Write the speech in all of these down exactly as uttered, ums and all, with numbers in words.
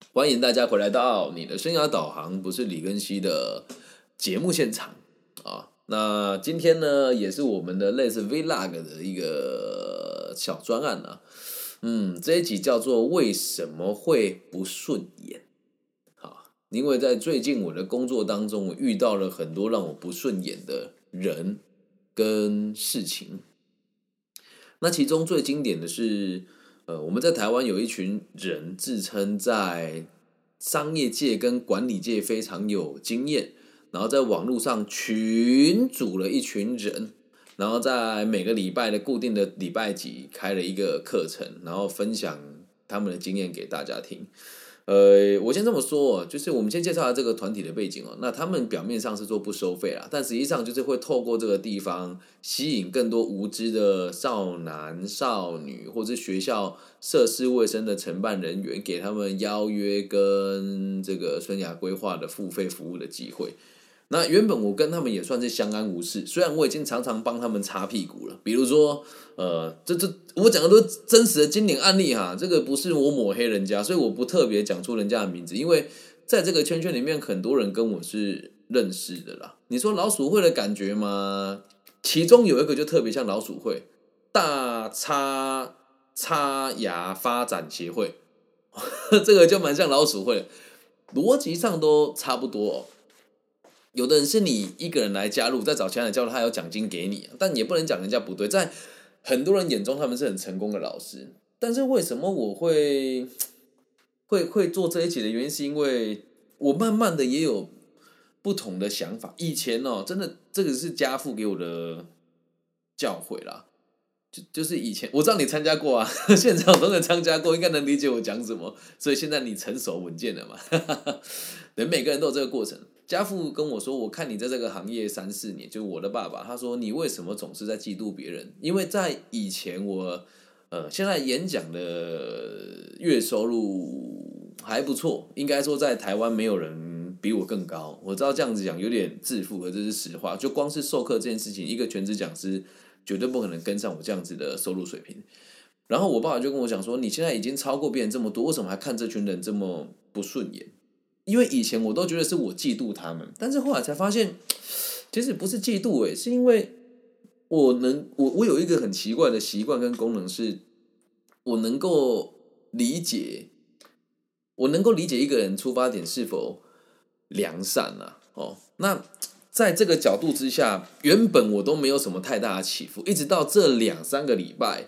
欢迎大家回来到你的生涯导航，不是李根熙的节目现场啊。那今天呢，也是我们的类似 Vlog 的一个小专案啊。嗯，这一集叫做为什么会不顺眼？好，因为在最近我的工作当中，我遇到了很多让我不顺眼的人跟事情。那其中最经典的是，呃，我们在台湾有一群人自称在商业界跟管理界非常有经验，然后在网络上群组了一群人，然后在每个礼拜的固定的礼拜几开了一个课程，然后分享他们的经验给大家听。呃，我先这么说哦，就是我们先介绍下这个团体的背景哦。那他们表面上是说不收费啦，但实际上就是会透过这个地方吸引更多无知的少男少女，或是学校涉世未深的承办人员，给他们邀约跟这个生涯规划的付费服务的机会。那原本我跟他们也算是相安无事，虽然我已经常常帮他们擦屁股了，比如说，呃，这这我讲的都是真实的经典案例哈，这个不是我抹黑人家，所以我不特别讲出人家的名字，因为在这个圈圈里面，很多人跟我是认识的啦。你说老鼠会的感觉吗？其中有一个就特别像老鼠会，大叉叉牙发展协会，这个就蛮像老鼠会的，逻辑上都差不多哦。有的人是你一个人来加入，再找其他人加入，他有奖金给你，但也不能讲人家不对。在很多人眼中，他们是很成功的老师，但是为什么我会会会做这一集的原因，是因为我慢慢的也有不同的想法。以前哦，真的这个是家父给我的教诲啦。就就是以前我知道你参加过啊，现场我都能参加过，应该能理解我讲什么，所以现在你成熟稳健了嘛。等每个人都有这个过程。家父跟我说，我看你在这个行业三四年，就是我的爸爸，他说你为什么总是在嫉妒别人？因为在以前我呃现在演讲的月收入还不错，应该说在台湾没有人比我更高。我知道这样子讲有点自负，可这是实话。就光是授课这件事情，一个全职讲师绝对不可能跟上我这样子的收入水平。然后我爸爸就跟我讲说，你现在已经超过别人这么多，为什么还看这群人这么不顺眼？因为以前我都觉得是我嫉妒他们，但是后来才发现，其实不是嫉妒诶，是因为我能我我有一个很奇怪的习惯跟功能，是我能够理解，我能够理解一个人出发点是否良善啊。哦，那在这个角度之下，原本我都没有什么太大的起伏，一直到这两三个礼拜。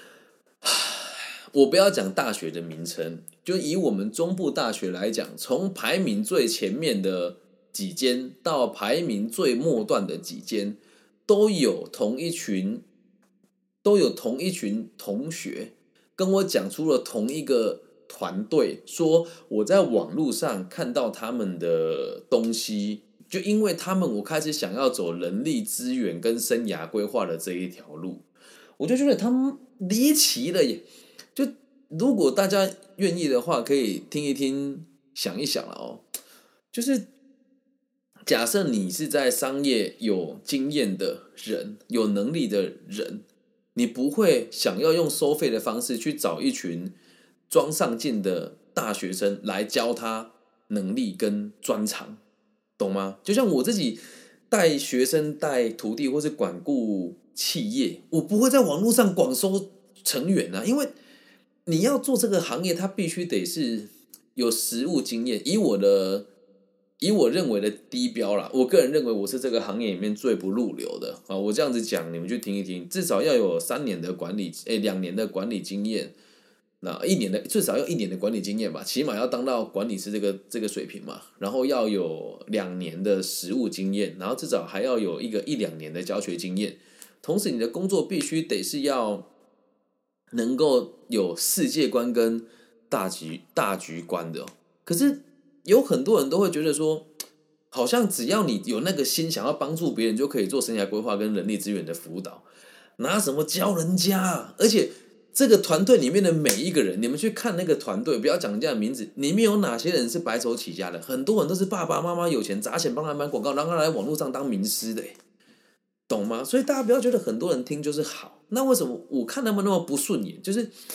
我不要讲大学的名称，就以我们中部大学来讲，从排名最前面的几间到排名最末段的几间，都有同一群，都有同一群同学跟我讲出了同一个团队，说我在网络上看到他们的东西，就因为他们，我开始想要走人力资源跟生涯规划的这一条路，我就觉得他们离奇了耶。就如果大家愿意的话，可以听一听，想一想了哦。就是假设你是在商业有经验的人，有能力的人，你不会想要用收费的方式去找一群装上进的大学生来教他能力跟专长，懂吗？就像我自己带学生、带徒弟或是管顾企业，我不会在网络上广收成员啊，因为你要做这个行业，它必须得是有实务经验。以我的，以我认为的低标啦，我个人认为我是这个行业里面最不入流的啊。我这样子讲，你们去听一听，至少要有三年的管理，诶，两年的管理经验，那一年的至少要一年的管理经验吧，起码要当到管理师这个这个水平嘛。然后要有两年的实务经验，然后至少还要有一个一两年的教学经验。同时，你的工作必须得是要能够有世界观跟大局大局观的、哦。可是有很多人都会觉得说，好像只要你有那个心想要帮助别人，就可以做生涯规划跟人力资源的辅导，拿什么教人家、啊？而且这个团队里面的每一个人，你们去看那个团队，不要讲人家的名字，里面有哪些人是白手起家的？很多人都是爸爸妈妈有钱砸钱帮他买广告，让他来网络上当名师的，懂吗？所以大家不要觉得很多人听就是好。那为什么我看他们那么不顺眼？就是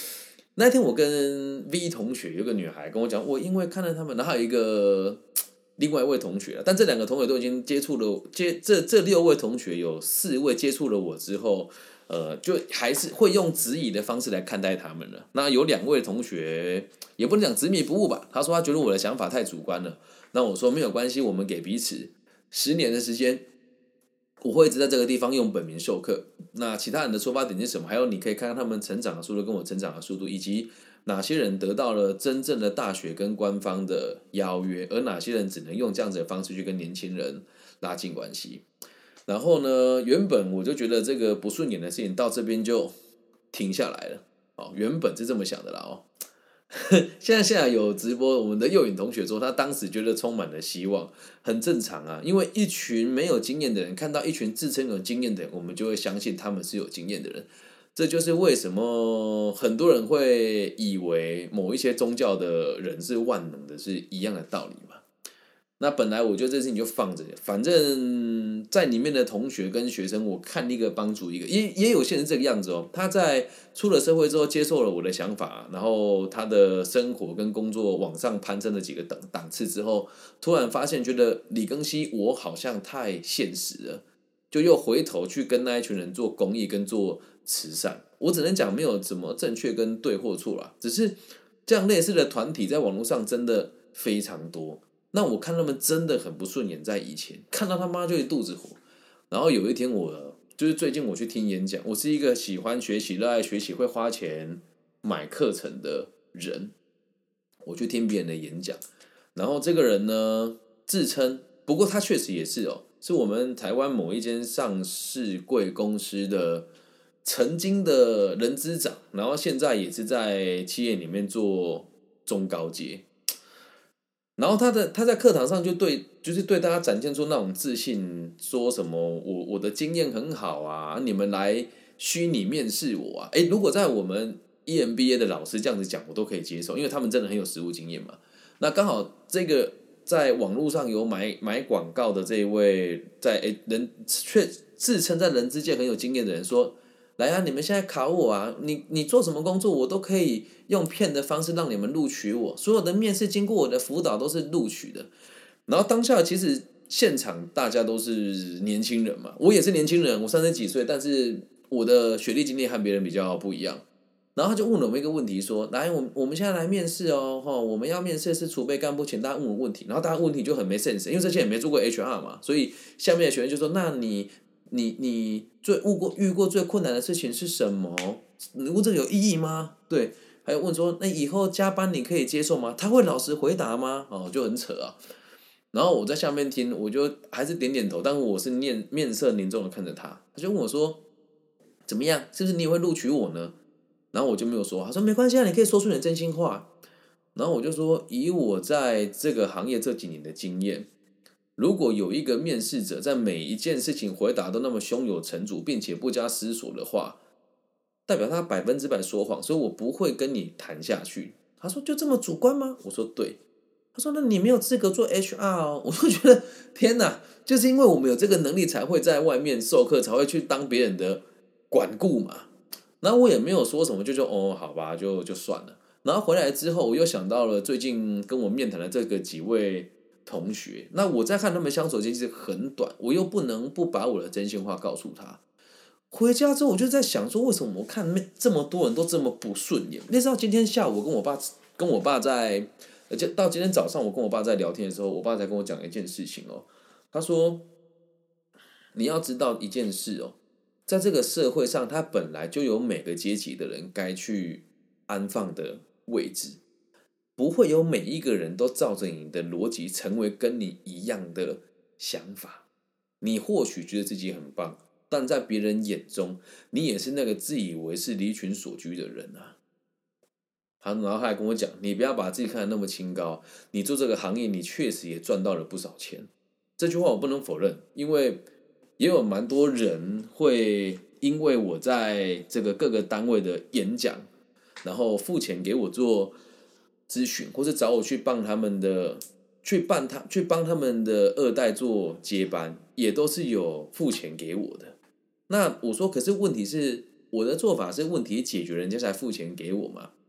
那天我跟 V 同学有个女孩跟我讲，我因为看了他们，然后还有一个另外一位同学，但这两个同学都已经接触了，接这这六位同学有四位接触了我之后，呃，就还是会用质疑的方式来看待他们了。那有两位同学也不能讲执迷不悟吧，他说他觉得我的想法太主观了。那我说没有关系，我们给彼此十年的时间。我会一直在这个地方用本名授课，那其他人的出发点是什么？还有你可以看看他们成长的速度跟我成长的速度，以及哪些人得到了真正的大学跟官方的邀约，而哪些人只能用这样子的方式去跟年轻人拉近关系。然后呢，原本我就觉得这个不顺眼的事情到这边就停下来了，哦，原本是这么想的啦哦。现在现在有直播，我们的幼颖同学说，他当时觉得充满了希望，很正常啊。因为一群没有经验的人看到一群自称有经验的人，我们就会相信他们是有经验的人。这就是为什么很多人会以为某一些宗教的人是万能的，是一样的道理嘛。那本来我觉得这事情就放着，反正在里面的同学跟学生，我看一个帮助一个，也也有些人这个样子哦。他在出了社会之后，接受了我的想法，然后他的生活跟工作往上攀升了几个档档次之后，突然发现觉得李庚希我好像太现实了，就又回头去跟那一群人做公益跟做慈善。我只能讲没有怎么正确跟对或错啦，只是这样类似的团体在网络上真的非常多。那我看他们真的很不顺眼，在以前看到他妈就一肚子火。然后有一天我就是最近我去听演讲，我是一个喜欢学习、热爱学习、会花钱买课程的人。我去听别人的演讲，然后这个人呢自称，不过他确实也是哦，是我们台湾某一间上市贵公司的曾经的人资长，然后现在也是在企业里面做中高阶。然后他的他在课堂上就对，就是对大家展现出那种自信，说什么我我的经验很好啊，你们来虚拟面试我啊。诶，如果在我们 E M B A 的老师这样子讲，我都可以接受，因为他们真的很有实务经验嘛。那刚好这个在网络上有买买广告的这一位，在诶人却自称在人资界很有经验的人说。来啊！你们现在考我啊！你你做什么工作，我都可以用骗的方式让你们录取我。所有的面试经过我的辅导都是录取的。然后当下其实现场大家都是年轻人嘛，我也是年轻人，我三十几岁，但是我的学历经历和别人比较不一样。然后他就问了我们一个问题说：来，我我们现在来面试哦，哈，我们要面试是储备干部，请大家问我问题。然后大家问题就很没 sense，因为这些人没做过 H R 嘛，所以下面的学员就说：那你。你你最遇过遇过最困难的事情是什么？你问这个有意义吗？对，还有问说那以后加班你可以接受吗？他会老实回答吗？哦，就很扯啊。然后我在下面听，我就还是点点头，但我是面面色凝重的看着他。他就问我说：怎么样？是不是你也会录取我呢？然后我就没有说，他说没关系啊，你可以说出你的真心话。然后我就说，以我在这个行业这几年的经验。如果有一个面试者在每一件事情回答都那么胸有成竹，并且不加思索的话，代表他百分之百说谎，所以我不会跟你谈下去。他说：“就这么主观吗？”我说：“对。”他说：“那你没有资格做 H R 哦。”我就觉得天哪，就是因为我们有这个能力，才会在外面授课，才会去当别人的管顾嘛。然后我也没有说什么，就说哦，好吧，就就算了。然后回来之后，我又想到了最近跟我面谈的这个几位。同学，那我在看他们相处其实很短，我又不能不把我的真心话告诉他。回家之后，我就在想说，为什么我看这么多人都这么不顺眼？那知道今天下午我跟我爸跟我爸在，而且到今天早上我跟我爸在聊天的时候，我爸才跟我讲一件事情哦。他说，你要知道一件事哦，在这个社会上，他本来就有每个阶级的人该去安放的位置。不会有每一个人都照着你的逻辑成为跟你一样的想法。你或许觉得自己很棒，但在别人眼中，你也是那个自以为是离群索居的人啊。他然后他还跟我讲，你不要把自己看得那么清高，你做这个行业，你确实也赚到了不少钱。这句话我不能否认，因为也有蛮多人会因为我在这个各个单位的演讲，然后付钱给我做。咨询，或是找我去帮他们的，去帮他去帮他们的二代做接班，也都是有付钱给我的。那我说，可是问题是，我的做法是问题解决，人家才付钱给我嘛。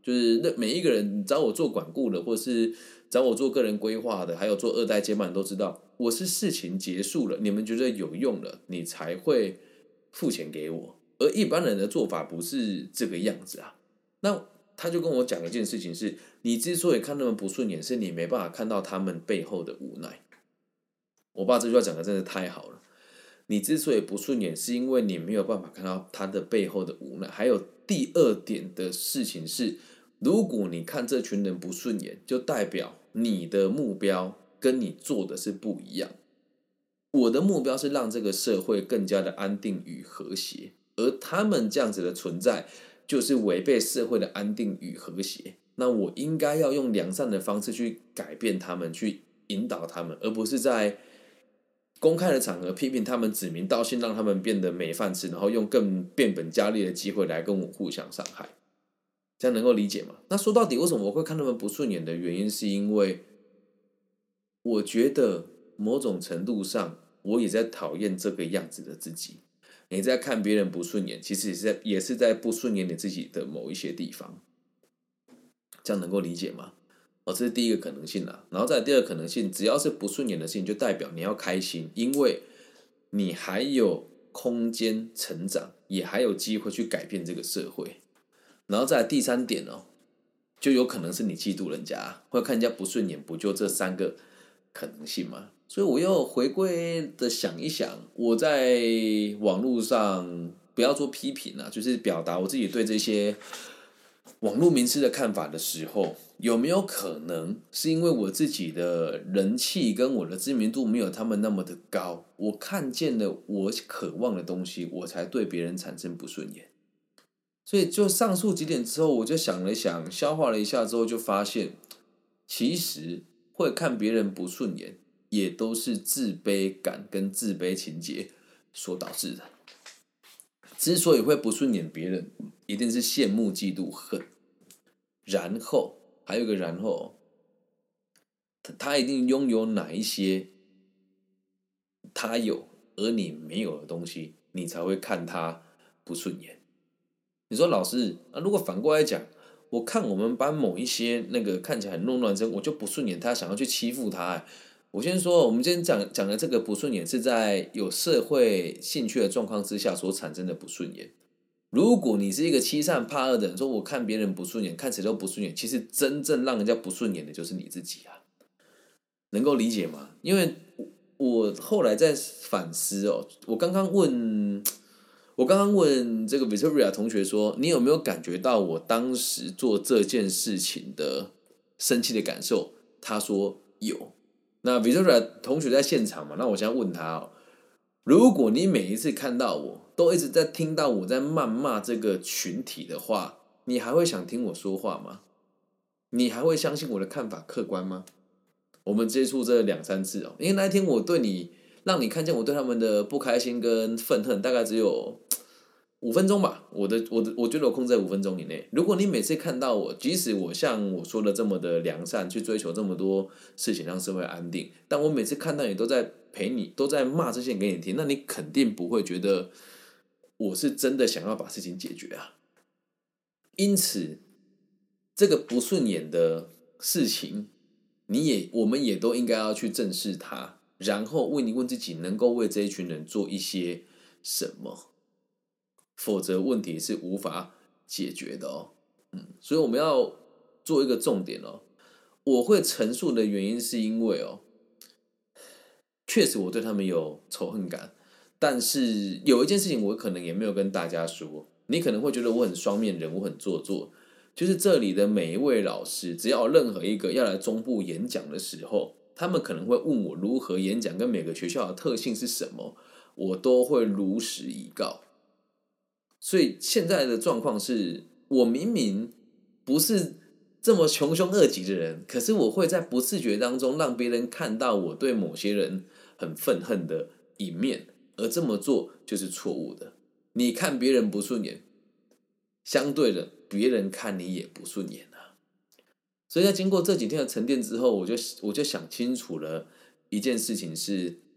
就是每一个人找我做管顾的，或是找我做个人规划的，还有做二代接班都知道，我是事情结束了，你们觉得有用了，你才会付钱给我。而一般人的做法不是这个样子啊。那他就跟我讲一件事情是，你之所以看他们不顺眼，是你没办法看到他们背后的无奈。我爸这句话讲的真的太好了。你之所以不顺眼，是因为你没有办法看到他的背后的无奈。还有第二点的事情是，如果你看这群人不顺眼，就代表你的目标跟你做的是不一样。我的目标是让这个社会更加的安定与和谐，而他们这样子的存在，就是违背社会的安定与和谐。那我应该要用良善的方式去改变他们，去引导他们，而不是在公开的场合批评他们，指名道姓，让他们变得没饭吃，然后用更变本加厉的机会来跟我互相伤害。这样能够理解吗？那说到底，为什么我会看他们不顺眼的原因，是因为我觉得某种程度上，我也在讨厌这个样子的自己。你在看别人不顺眼，其实也是在也是在不顺眼你自己的某一些地方。这样能够理解吗？哦，这是第一个可能性啦。然后再来第二个可能性，只要是不顺眼的事情，就代表你要开心，因为你还有空间成长，也还有机会去改变这个社会。然后再来第三点哦，就有可能是你嫉妒人家，或者看人家不顺眼，不就这三个可能性吗？所以我又回归的想一想，我在网络上不要做批评啊，就是表达我自己对这些网络名师的看法的时候，有没有可能是因为我自己的人气跟我的知名度没有他们那么的高，我看见了我渴望的东西，我才对别人产生不顺眼。所以就上述几点之后，我就想了想，消化了一下之后，就发现其实会看别人不顺眼，也都是自卑感跟自卑情节所导致的。之所以会不顺眼别人，一定是羡慕、嫉妒、恨。然后还有一个然后，他一定拥有哪一些他有而你没有的东西，你才会看他不顺眼。你说老师啊，如果反过来讲，我看我们班某一些那个看起来很弄乱生，我就不顺眼他，想要去欺负他、欸。我先说，我们今天讲讲的这个不顺眼，是在有社会兴趣的状况之下所产生的不顺眼。如果你是一个欺善怕恶的人，说我看别人不顺眼，看谁都不顺眼，其实真正让人家不顺眼的就是你自己啊，能够理解吗？因为我后来在反思哦，我刚刚问，我刚刚问这个 Victoria 同学说，你有没有感觉到我当时做这件事情的生气的感受？他说有。那 Victoria 同学在现场嘛，那我现在问他哦，如果你每一次看到我都一直在听到我在谩骂这个群体的话，你还会想听我说话吗？你还会相信我的看法客观吗？我们接触这两三次哦，因为那一天我对你，让你看见我对他们的不开心跟愤恨，大概只有五分钟吧。我的我的我觉得我控制在五分钟以内。如果你每次看到我，即使我像我说的这么的良善，去追求这么多事情让社会安定，但我每次看到你都在陪你，都在骂这些人给你听，那你肯定不会觉得我是真的想要把事情解决啊。因此，这个不顺眼的事情，你也我们也都应该要去正视它，然后问一问自己，能够为这一群人做一些什么，否则问题是无法解决的哦。嗯，所以我们要做一个重点哦。我会陈述的原因是因为哦，确实我对他们有仇恨感，但是有一件事情我可能也没有跟大家说，你可能会觉得我很双面人，我很做作。就是这里的每一位老师，只要有任何一个要来中部演讲的时候，他们可能会问我如何演讲，跟每个学校的特性是什么，我都会如实以告。所以现在的状况是，我明明不是这么穷凶恶极的人，可是我会在不自觉当中让别人看到我对某些人很愤恨的一面，而这么做就是错误的。你看别人不顺眼，相对的，别人看你也不顺眼啊。所以在经过这几天的沉淀之后，我就我就想清楚了一件事情是，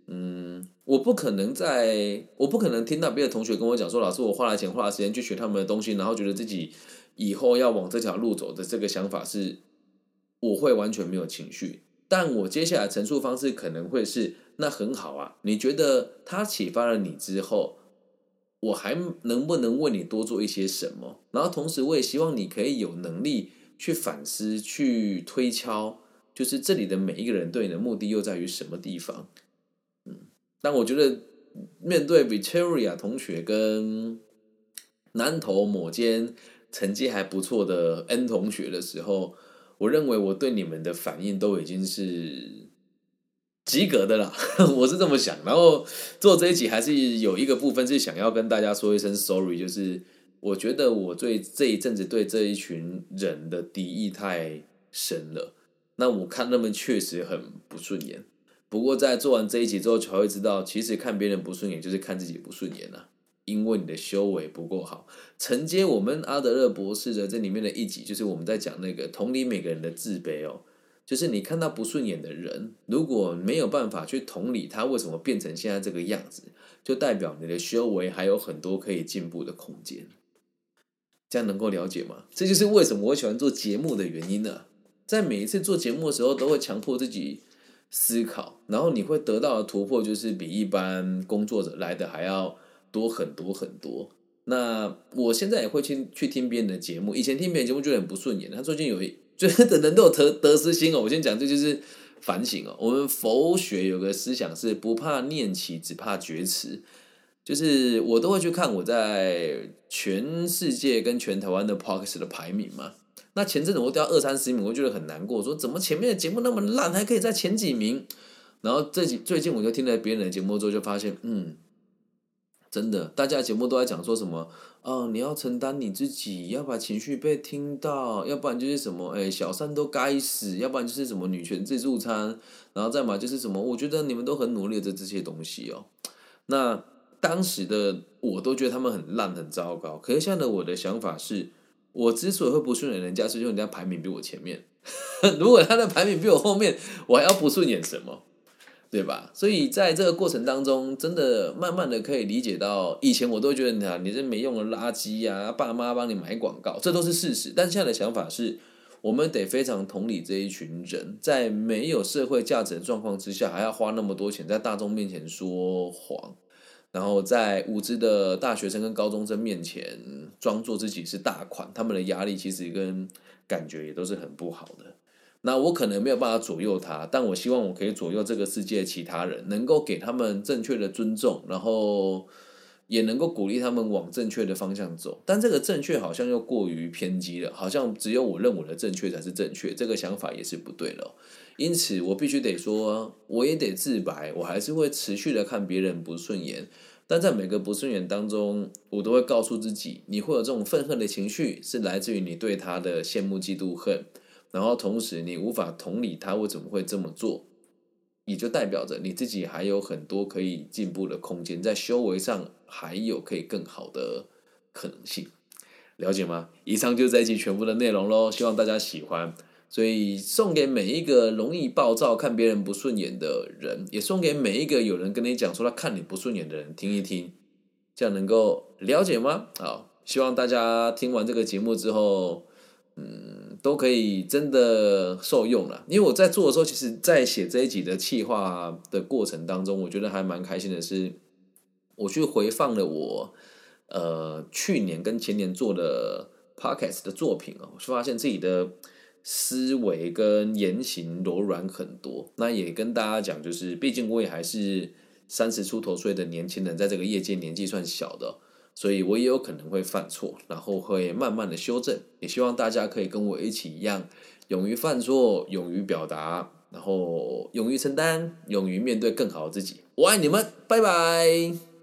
嗯，我不可能在，我不可能听到别的同学跟我讲说，老师，我花了钱花了时间去学他们的东西，然后觉得自己以后要往这条路走的这个想法是，我会完全没有情绪。但我接下来陈述方式可能会是，那很好啊，你觉得他启发了你之后，我还能不能为你多做一些什么？然后同时，我也希望你可以有能力去反思、去推敲，就是这里的每一个人对你的目的又在于什么地方。但我觉得面对 Victoria 同学跟南投某间成绩还不错的 N 同学的时候，我认为我对你们的反应都已经是及格的啦，我是这么想。然后做这一集还是有一个部分是想要跟大家说一声 sorry，就是我觉得我对这一阵子对这一群人的敌意太深了，那我看他们确实很不顺眼。不过在做完这一集之后，才会知道，其实看别人不顺眼，就是看自己不顺眼啊。因为你的修为不够好。承接我们阿德勒博士的这里面的一集，就是我们在讲那个同理每个人的自卑哦。就是你看到不顺眼的人，如果没有办法去同理他为什么变成现在这个样子，就代表你的修为还有很多可以进步的空间。这样能够了解吗？这就是为什么我喜欢做节目的原因呢、啊。在每一次做节目的时候，都会强迫自己思考，然后你会得到的突破，就是比一般工作者来的还要多很多很多。那我现在也会去去听别人的节目，以前听别人节目就很不顺眼，他最近有一，就是的人都有得得失心哦。我先讲，这就是反省哦。我们佛学有个思想是不怕念起，只怕觉迟。就是我都会去看我在全世界跟全台湾的 Podcast 的排名嘛。那前阵子我掉二三十名，我觉得很难过，说怎么前面的节目那么烂，还可以在前几名。然后这几最近我就听了别人的节目之后，就发现，嗯，真的，大家的节目都在讲说什么，哦，你要承担你自己，要把情绪被听到，要不然就是什么，哎，小三都该死，要不然就是什么女权自助餐，然后再嘛就是什么，我觉得你们都很努力的这些东西哦。那当时的我都觉得他们很烂很糟糕，可是现在的我的想法是，我之所以会不顺眼人家，是因为人家排名比我前面。如果他的排名比我后面，我还要不顺眼什么？对吧？所以在这个过程当中，真的慢慢的可以理解到，以前我都觉得你啊，你是没用的垃圾呀、啊，爸妈帮你买广告，这都是事实。但现在的想法是，我们得非常同理这一群人，在没有社会价值的状况之下，还要花那么多钱在大众面前说谎。然后在无知的大学生跟高中生面前装作自己是大款，他们的压力其实跟感觉也都是很不好的。那我可能没有办法左右他，但我希望我可以左右这个世界的其他人，能够给他们正确的尊重，然后也能够鼓励他们往正确的方向走。但这个正确好像又过于偏激了，好像只有我认为的正确才是正确，这个想法也是不对了。因此，我必须得说，我也得自白，我还是会持续的看别人不顺眼，但在每个不顺眼当中，我都会告诉自己，你会有这种愤恨的情绪，是来自于你对他的羡慕、嫉妒、恨。然后同时你无法同理他为什么会这么做，也就代表着你自己还有很多可以进步的空间，在修为上还有可以更好的可能性，了解吗？以上就是这一集全部的内容咯，希望大家喜欢。所以送给每一个容易暴躁、看别人不顺眼的人，也送给每一个有人跟你讲说他看你不顺眼的人听一听，这样能够了解吗？好，希望大家听完这个节目之后，嗯，都可以真的受用了。因为我在做的时候，其实在写这一集的企划的过程当中，我觉得还蛮开心的是，我去回放了我呃去年跟前年做的 podcast 的作品哦，我发现自己的思维跟言行柔软很多。那也跟大家讲，就是毕竟我也还是三十出头岁的年轻人，在这个业界年纪算小的，所以我也有可能会犯错，然后会慢慢的修正。也希望大家可以跟我一起一样，勇于犯错，勇于表达，然后勇于承担，勇于面对更好的自己。我爱你们，拜拜。